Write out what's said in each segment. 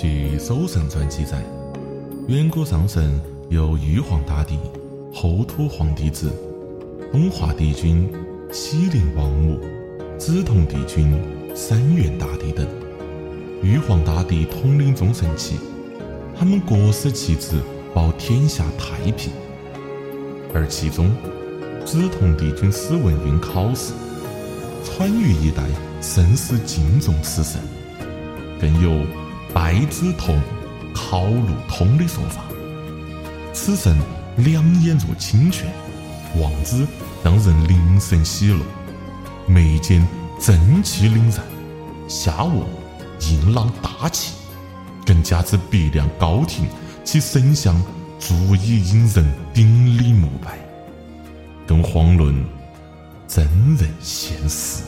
据《搜神传》记载，远古上神由玉皇大帝、后土皇帝子、东华帝君、西陵王母、紫铜帝君、三元大帝等。玉皇大帝统领众神起，他们各司其职，保天下太平。而其中，紫铜帝君史文运考试，传于一代，甚是敬重此神，更有拜紫铜考路通的说法。此神两眼若清泉，望之让人灵神喜乐，眉间正气凛然，下卧硬朗大气，更加之鼻梁高挺，其神像足以引人顶礼膜拜，更遑论真人现世。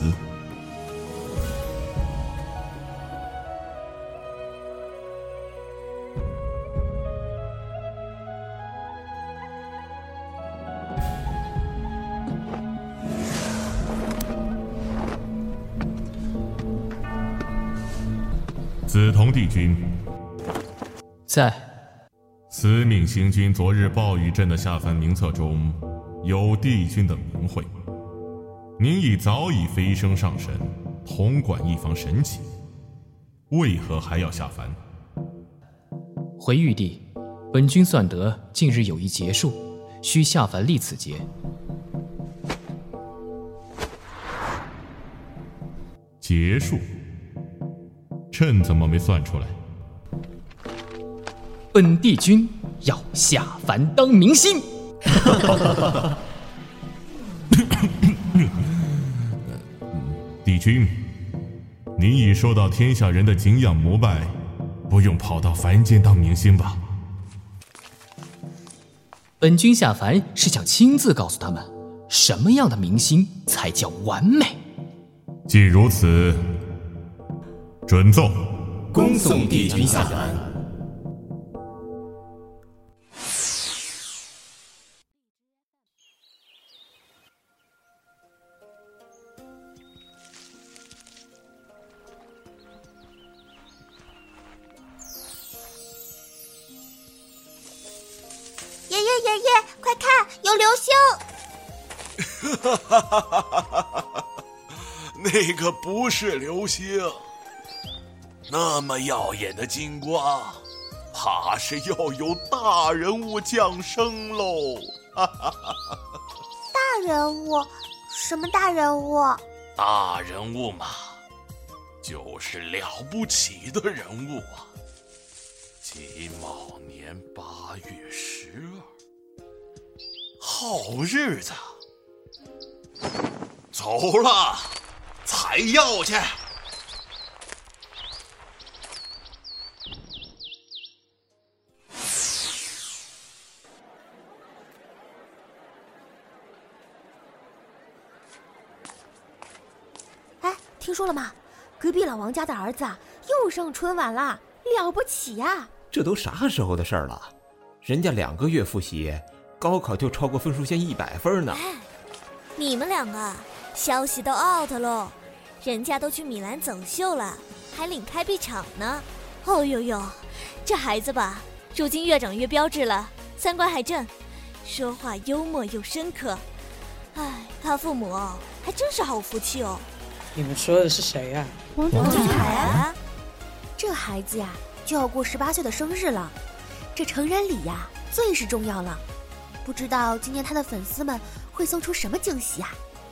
紫铜帝君在。 司命星君昨日暴雨镇的下凡名册中有帝君的名讳，您已早已飞升上神，统管一方神祇，为何还要下凡？ 回玉帝，本君算得近日有一劫数，需下凡历此劫。 劫数？朕怎么没算出来？ 本帝君要下凡当明星。 帝君，你已受到天下人的敬仰膜拜，不用跑到凡间当明星吧？ 本君下凡是想亲自告诉他们，什么样的明星才叫完美。 既如此，准奏， 恭送帝君下凡。 爷爷，快看，有流星！ 那个不是流星，那么耀眼的金光，怕是要有大人物降生喽！ 大人物？什么大人物？ 大人物嘛，就是了不起的人物啊！己卯年8月12，好日子，走了，采药去。 哎，听说了吗？隔壁老王家的儿子啊，又上春晚了，了不起呀！ 这都啥时候的事儿了？人家2个月复习，高考就超过分数线100分呢。 哎，你们两个消息都 out 喽，人家都去米兰走秀了，还领开闭场呢。哦呦呦，这孩子吧，如今越长越标致了，三观还正，说话幽默又深刻。哎，他父母哦，还真是好福气哦。 你们说的是谁呀？ 王俊凯啊！这孩子呀，就要过18岁的生日了，这成人礼呀，最是重要了。不知道今年他的粉丝们会送出什么惊喜啊？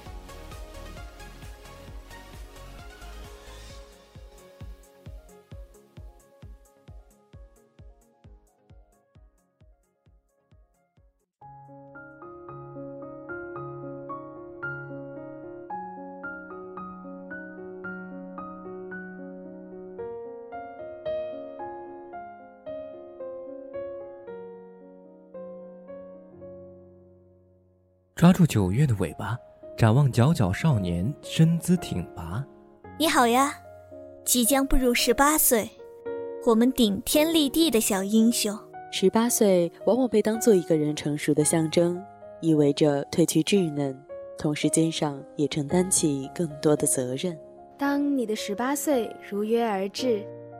抓住9月的尾巴，展望皎皎少年身姿挺拔。 你好呀，即将步入18岁，我们顶天立地的小英雄。 18岁往往被当作一个人成熟的象征，意味着褪去稚嫩，同时肩上也承担起更多的责任。 当你的18岁如约而至，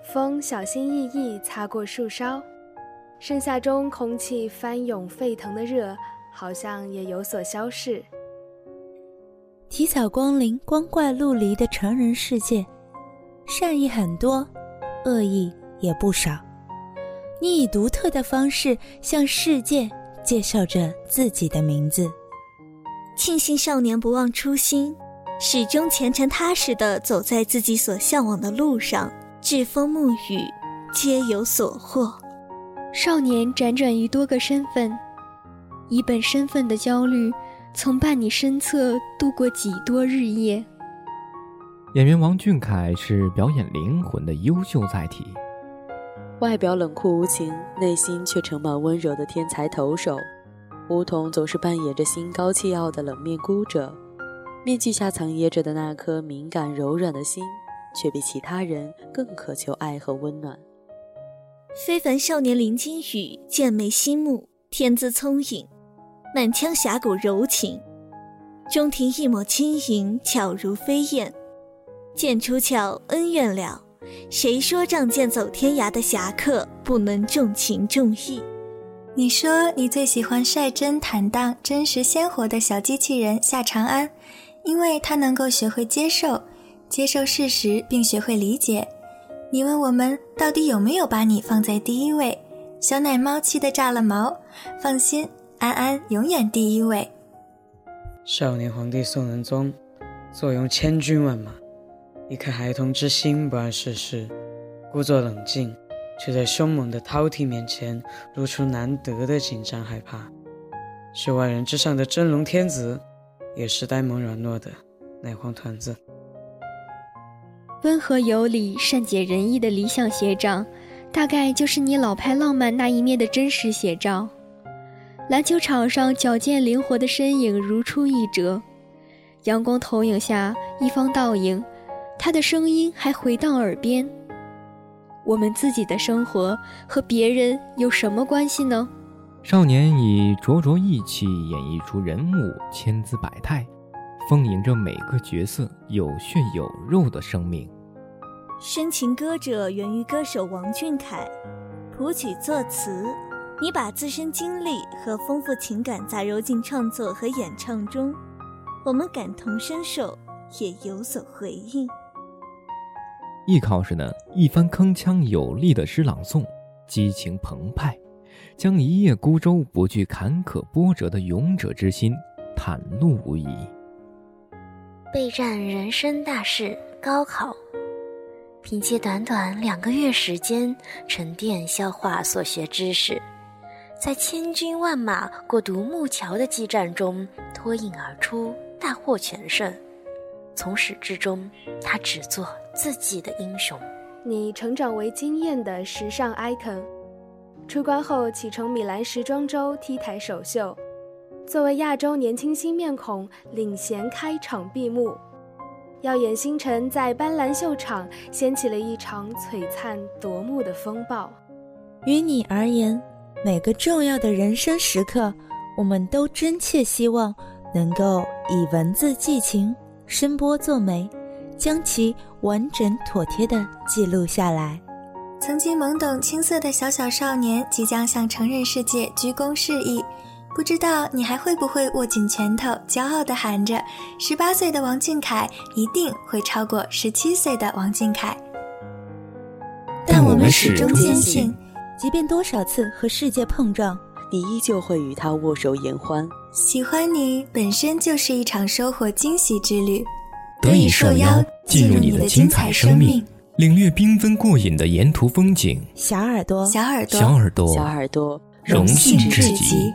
风小心翼翼擦过树梢，盛夏中空气翻涌沸腾的热好像也有所消逝。 体彩光临光怪陆离的成人世界，善意很多，恶意也不少。你以独特的方式向世界介绍着自己的名字。 庆幸少年不忘初心，始终虔诚踏实地走在自己所向往的路上，栉风沐雨，皆有所获。 少年辗转于多个身份，一本身份的焦虑曾伴你身侧度过几多日夜。 演员王俊凯是表演灵魂的优秀载体， 外表冷酷无情，内心却盛满温柔的天才投手。吴桐总是扮演着心高气傲的冷面孤者，面具下藏掖着的那颗敏感柔软的心，却比其他人更渴求爱和温暖。 非凡少年林金羽剑眉星目，天资聪颖，满腔侠骨柔情，中庭一抹轻盈，巧如飞燕。剑出鞘，恩怨了，谁说仗剑走天涯的侠客不能重情重义？ 你说你最喜欢率真坦荡、真实鲜活的小机器人夏长安，因为他能够学会接受事实，并学会理解。你问我们到底有没有把你放在第一位？小奶猫气得炸了毛，放心，安安永远第一位。 少年皇帝宋仁宗，坐拥千军万马，一颗孩童之心不谙世事，故作冷静，却在凶猛的饕餮面前露出难得的紧张害怕，是万人之上的真龙天子，也是呆萌软糯的奶黄团子。 温和有礼、善解人意的理想学长，大概就是你老派浪漫那一面的真实写照。篮球场上矫健灵活的身影如出一辙，阳光投影下一方倒影，他的声音还回荡耳边。我们自己的生活和别人有什么关系呢？ 少年以灼灼义气演绎出人物千姿百态，丰盈着每个角色有血有肉的生命。 深情歌者源于歌手王俊凯，谱曲作词，你把自身经历和丰富情感杂糅进创作和演唱中，我们感同身受，也有所回应。 艺考时呢，一番铿锵有力的诗朗诵，激情澎湃，将一叶孤舟不惧坎坷波折的勇者之心袒露无遗。 备战人生大事高考，凭借短短2个月时间沉淀消化所学知识，在千军万马过独木桥的激战中脱颖而出，大获全胜。从始至终，他只做自己的英雄。 你成长为惊艳的时尚 icon， 出关后启程米兰时装周 T 台首秀，作为亚洲年轻新面孔领衔开场闭幕。耀眼星辰在斑斓秀场掀起了一场璀璨夺目的风暴。 于你而言，每个重要的人生时刻，我们都真切希望能够以文字寄情，声波作媒，将其完整妥帖地记录下来。 曾经懵懂青涩的小小少年，即将向成人世界鞠躬示意。不知道你还会不会握紧拳头，骄傲地喊着18岁的王俊凯一定会超过17岁的王俊凯。 但我们始终坚信，即便多少次和世界碰撞， 你依旧会与他握手言欢。 喜欢你本身就是一场收获惊喜之旅， 得以受邀进入你的精彩生命，领略缤纷过瘾的沿途风景。 小耳朵， 小耳朵， 小耳朵， 小耳朵， 荣幸至极。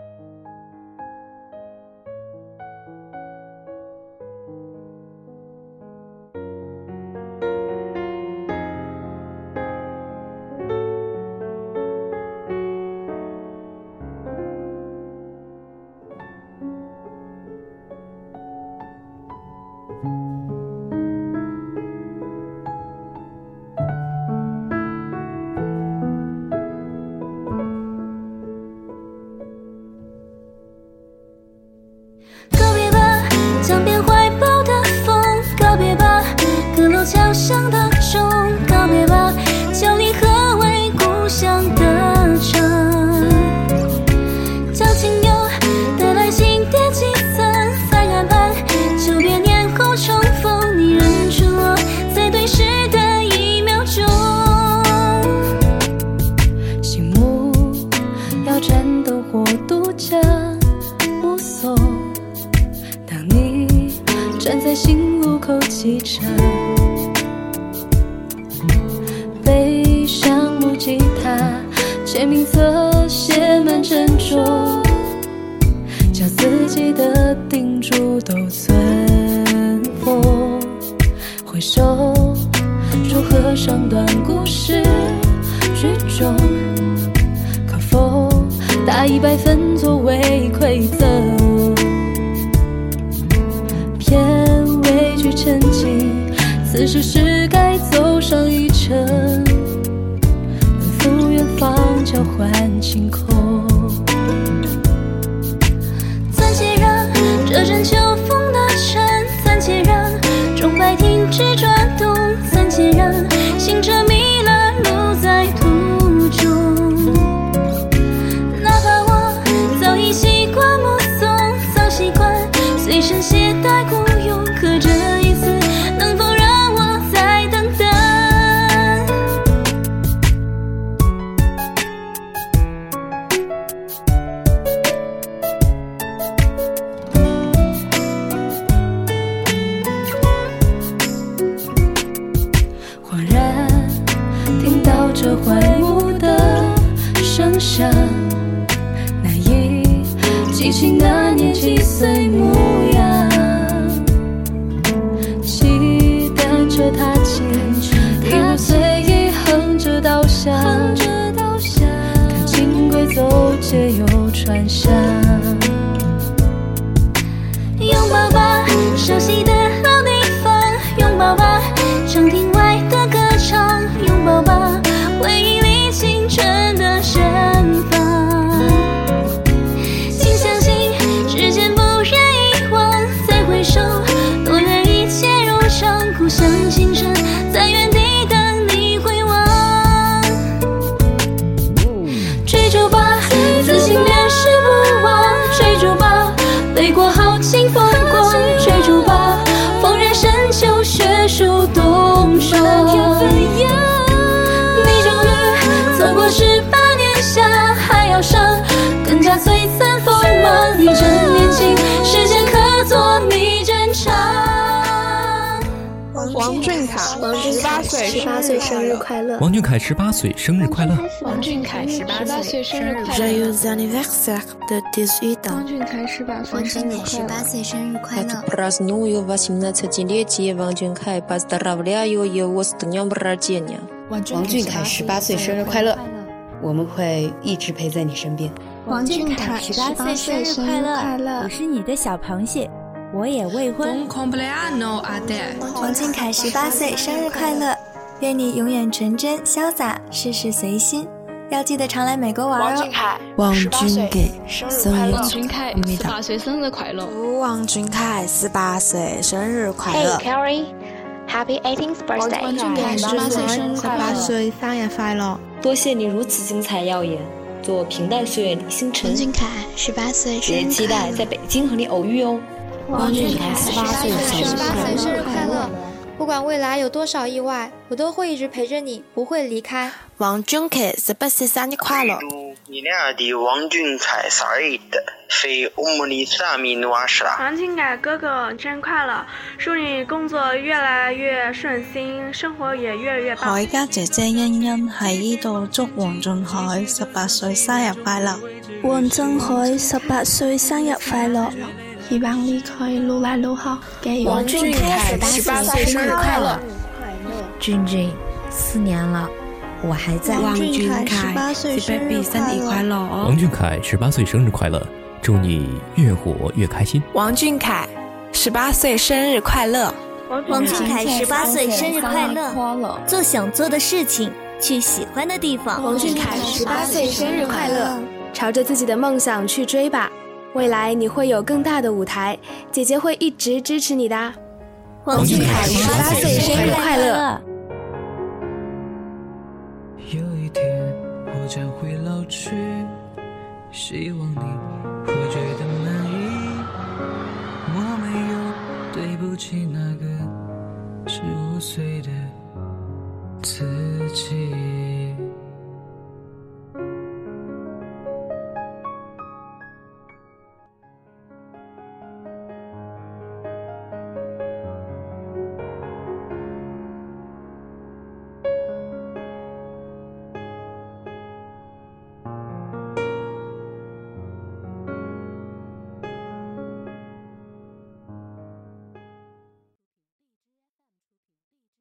告别吧，江边怀抱的风；告别吧，阁楼桥上的钟；告别吧， 站在新路口启程，背上木吉他，签名册写满斟酌，将自己的叮嘱都存活。回首祝贺上段故事剧终，可否打100分作为馈赠？片尾曲沉静，此时是该走上一程，奔赴远方交换晴空。 暂且让这阵秋风的尘，暂且让钟摆停止转动，暂且让行车迷了路在途中。哪怕我早已习惯目送，早习惯随身携带孤勇，可这一次能否让我再等等？ 恍然听到这怀舞的声响，难以记起那年7岁模样。骑单车踏青，一路随意哼着稻香，看轻轨走街又穿巷。 拥抱吧熟悉的老地方，拥抱吧长亭外的歌唱，拥抱吧回忆里青春的盛放。请相信时间不忍遗忘，再回首多远一切如常，故乡青山在原地等你回望。追逐吧自信便是不忘，追逐吧背过豪情风光，追逐吧风刃深秋雪树冬霜。你终于走过18年夏，还要上更加璀璨锋芒。你真年轻，时间可作你珍藏。 王俊凯18岁生日快乐！ 王俊凯18岁生日快乐！ 王俊凯18岁生日快乐 Joyeux anniversaire de 18 ans！ 王俊凯18岁生日快乐！ Отпраздную 18-летие Ван Джунхай, поздравляю его с днем рождения！ 王俊凯18岁生日快乐！我们会一直陪在你身边。 王俊凯18岁生日快乐！ 我是你的小螃蟹，我也未婚。 王俊凯18岁生日快乐！愿你永远纯真潇洒，事事随心。要记得常来美国玩哦。 王俊凯 18岁生日快乐！ 王俊凯18岁生日快乐！ Hey Carrie, Happy 18th birthday！ 王俊凯18岁生日快乐 ！18岁生日快乐！ 多谢你如此精彩耀眼，做平淡岁月里星辰。 王俊凯18岁生日快乐！ 也期待在北京和你偶遇哦。 王俊凯18岁生日快乐！不管未来有多少意外，我都会一直陪着你，不会离开。 王俊凯18岁生日快乐！ 你俩的王俊凯生日的非我们的三名娃是啦。 王俊凯哥哥生日快乐，祝你工作越来越顺心，生活也越来越棒。 海家姐姐欣欣喺呢度祝王俊凱18歲生日快樂。 王俊凱18歲生日快樂！希望你可以越來越好，加油！ 王俊凱18歲生日快樂！ 俊俊4年了，我還在。 王俊凱18歲生日快樂！ 王俊凱18歲生日快樂！祝你越活越開心。 王俊凱18歲生日快樂！ 王俊凱18歲生日快樂！做想做的事情，去喜歡的地方。 王俊凱18歲生日快樂！朝着自己的夢想去追吧。未來你會有更大的舞台，姐姐會一直支持你的。 王俊凱18歲生日快樂！ 有一天我將會老去，希望你